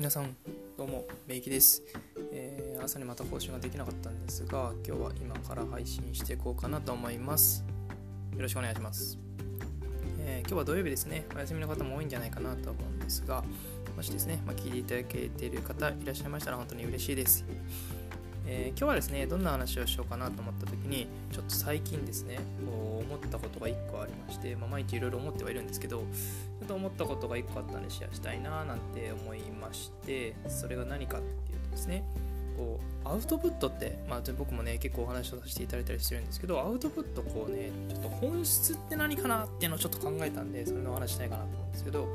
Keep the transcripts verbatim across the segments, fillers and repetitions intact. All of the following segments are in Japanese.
皆さんどうもめいきです、えー、朝にまた更新ができなかったんですが、今日は今から配信していこうかなと思います。よろしくお願いします。えー、今日は土曜日ですね。お休みの方も多いんじゃないかなと思うんですが、もしですね、まあ、聞いていただけている方いらっしゃいましたら本当に嬉しいです。えー、今日はですね、どんな話をしようかなと思った時に、ちょっと最近ですね、こう思ったことがいっこありまして、まあ、毎日いろいろ思ってはいるんですけど、ちょっと思ったことがいっこあったのでシェアしたいななんて思いまして、それが何かっていうとですね、こうアウトプットって、まあ、僕もね結構お話をさせていただいたりしてるんですけど、アウトプットこうねちょっと本質って何かなっていうのをちょっと考えたんで、それのお話したいかなと思うんですけど、うん、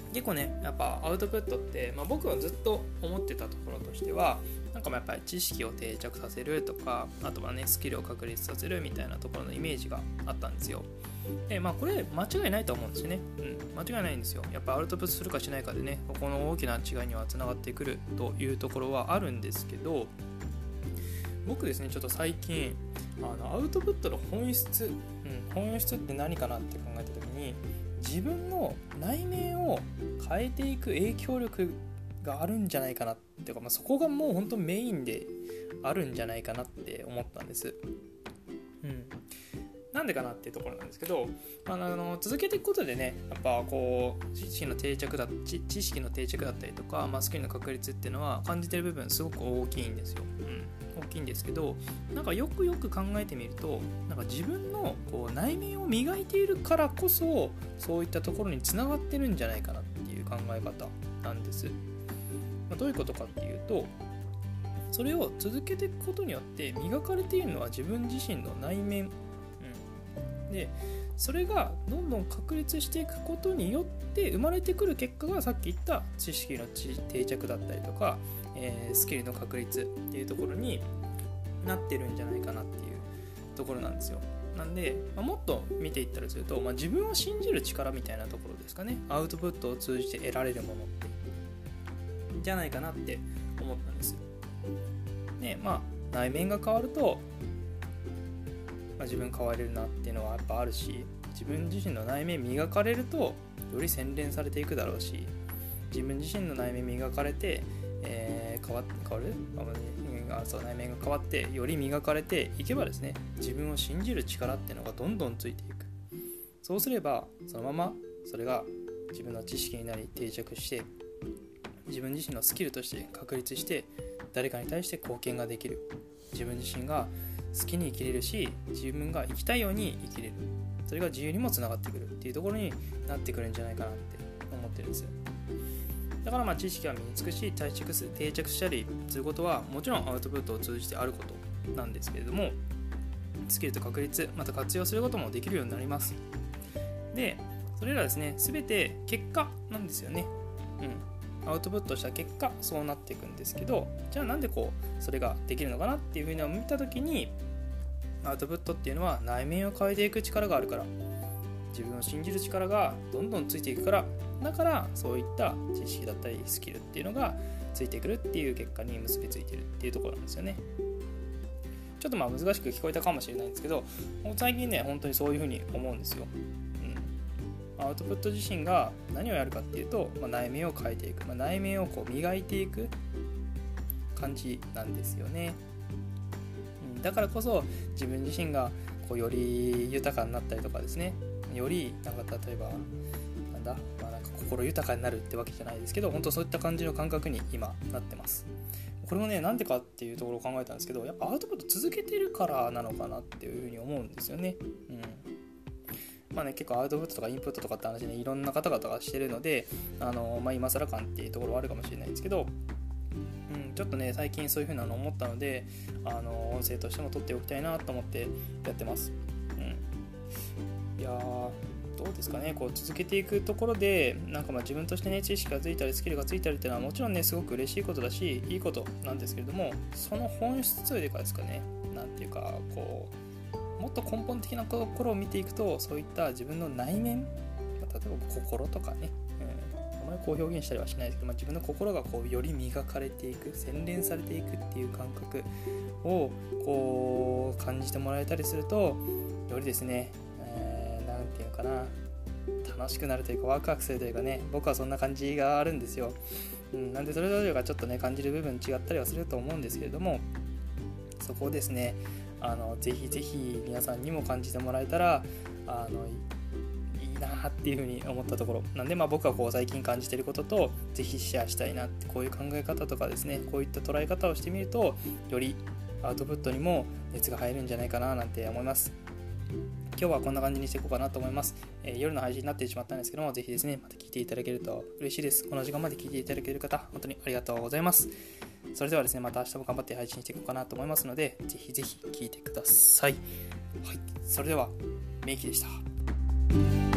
結構ねやっぱアウトプットって、まあ、僕はずっと思ってたところとしては、なんかやっぱり知識を定着させるとか、あとはねスキルを確立させるみたいなところのイメージがあったんですよ。でまあこれ間違いないと思うんですよね、うん、間違いないんですよ。やっぱアウトプットするかしないかでね、ここの大きな違いにはつながってくるというところはあるんですけど、僕ですねちょっと最近あのアウトプットの本質、うん、本質って何かなって考えた時に、自分の内面を変えていく影響力があるんじゃないかなっていうか、まあ、そこがもう本当メインであるんじゃないかなって思ったんです。うん、なんでかなっていうところなんですけど、あの続けていくことでね、やっぱこう知識の定着だ知知識の定着だったりとか、まあ、スキルの確率っていうのは感じてる部分すごく大きいんですよ。うん、大きいんですけど、なんかよくよく考えてみると、なんか自分のこう内面を磨いているからこそ、そういったところにつながってるんじゃないかなっていう考え方なんです。まあ、どういうことかっていうと、それを続けていくことによって磨かれているのは自分自身の内面、うん、でそれがどんどん確立していくことによって生まれてくる結果が、さっき言った知識の定着だったりとか、えー、スキルの確立っていうところになってるんじゃないかなっていうところなんですよ。なんで、まあ、もっと見ていったりすると、まあ、自分を信じる力みたいなところですかね。アウトプットを通じて得られるものってじゃないかなって思ったんです。で、まあ内面が変わると、まあ、自分変われるなっていうのはやっぱあるし、自分自身の内面磨かれるとより洗練されていくだろうし、自分自身の内面磨かれて、えー、変わ変わるあそう内面が変わってより磨かれていけばですね、自分を信じる力っていうのがどんどんついていく。そうすればそのままそれが自分の知識になり定着して、自分自身のスキルとして確立して誰かに対して貢献ができる。自分自身が好きに生きれるし、自分が生きたいように生きれる。それが自由にもつながってくるっていうところになってくるんじゃないかなって思ってるんです。だからまあ知識は身につくし、定着す定着したりすることはもちろんアウトプットを通じてあることなんですけれども、スキルと確立また活用することもできるようになります。でそれらですね、全て結果なんですよね。うん、アウトプットした結果そうなっていくんですけど、じゃあなんでこうそれができるのかなっていうふうに見たときに、アウトプットっていうのは内面を変えていく力があるから、自分を信じる力がどんどんついていくから、だからそういった知識だったりスキルっていうのがついてくるっていう結果に結びついているっていうところなんですよね。ちょっとまあ難しく聞こえたかもしれないんですけど、最近ね本当にそういうふうに思うんですよ。アウトプット自身が何をやるかっていうと、まあ、内面を変えていく、まあ、内面をこう磨いていく感じなんですよね。うん、だからこそ自分自身がこうより豊かになったりとかですね、よりなんか例えばなんだ、まあ、なんか心豊かになるってわけじゃないですけど、本当そういった感じの感覚に今なってます。これもねなんでかっていうところを考えたんですけど、やっぱアウトプット続けてるからなのかなっていうふうに思うんですよね。うんまあね、結構アウトプットとかインプットとかって話ね、いろんな方々がしてるので、あのまあ、今更感っていうところはあるかもしれないんですけど、うん、ちょっとね最近そういう風なの思ったので、あの音声としても撮っておきたいなと思ってやってます。うん、いやーどうですかね、こう続けていくところでなんかまあ自分としてね知識がついたりスキルがついたりっていうのはもちろんねすごく嬉しいことだしいいことなんですけれども、その本質というかですかね、なんていうかこうもっと根本的なところを見ていくと、そういった自分の内面、例えば心とかね、うん、あまりこう表現したりはしないですけど、まあ、自分の心がこうより磨かれていく、洗練されていくっていう感覚をこう感じてもらえたりすると、よりですね、えー、なんていうのかな、 楽しくなるというかワクワクするというかね、僕はそんな感じがあるんですよ。うん、なんでそれぞれがちょっとね感じる部分違ったりはすると思うんですけれども、そこをですねあのぜひぜひ皆さんにも感じてもらえたらあのいいなっていうふうに思ったところなんで、まあ、僕はこう最近感じていることとぜひシェアしたいなって、こういう考え方とかですね、こういった捉え方をしてみるとよりアウトプットにも熱が入るんじゃないかななんて思います。今日はこんな感じにしていこうかなと思います。えー、夜の配信になってしまったんですけども、ぜひですねまた聞いていただけると嬉しいです。この時間まで聞いていただける方本当にありがとうございます。それではですねまた明日も頑張って配信していこうかなと思いますので、ぜひぜひ聞いてください。はい、それではメイキでした。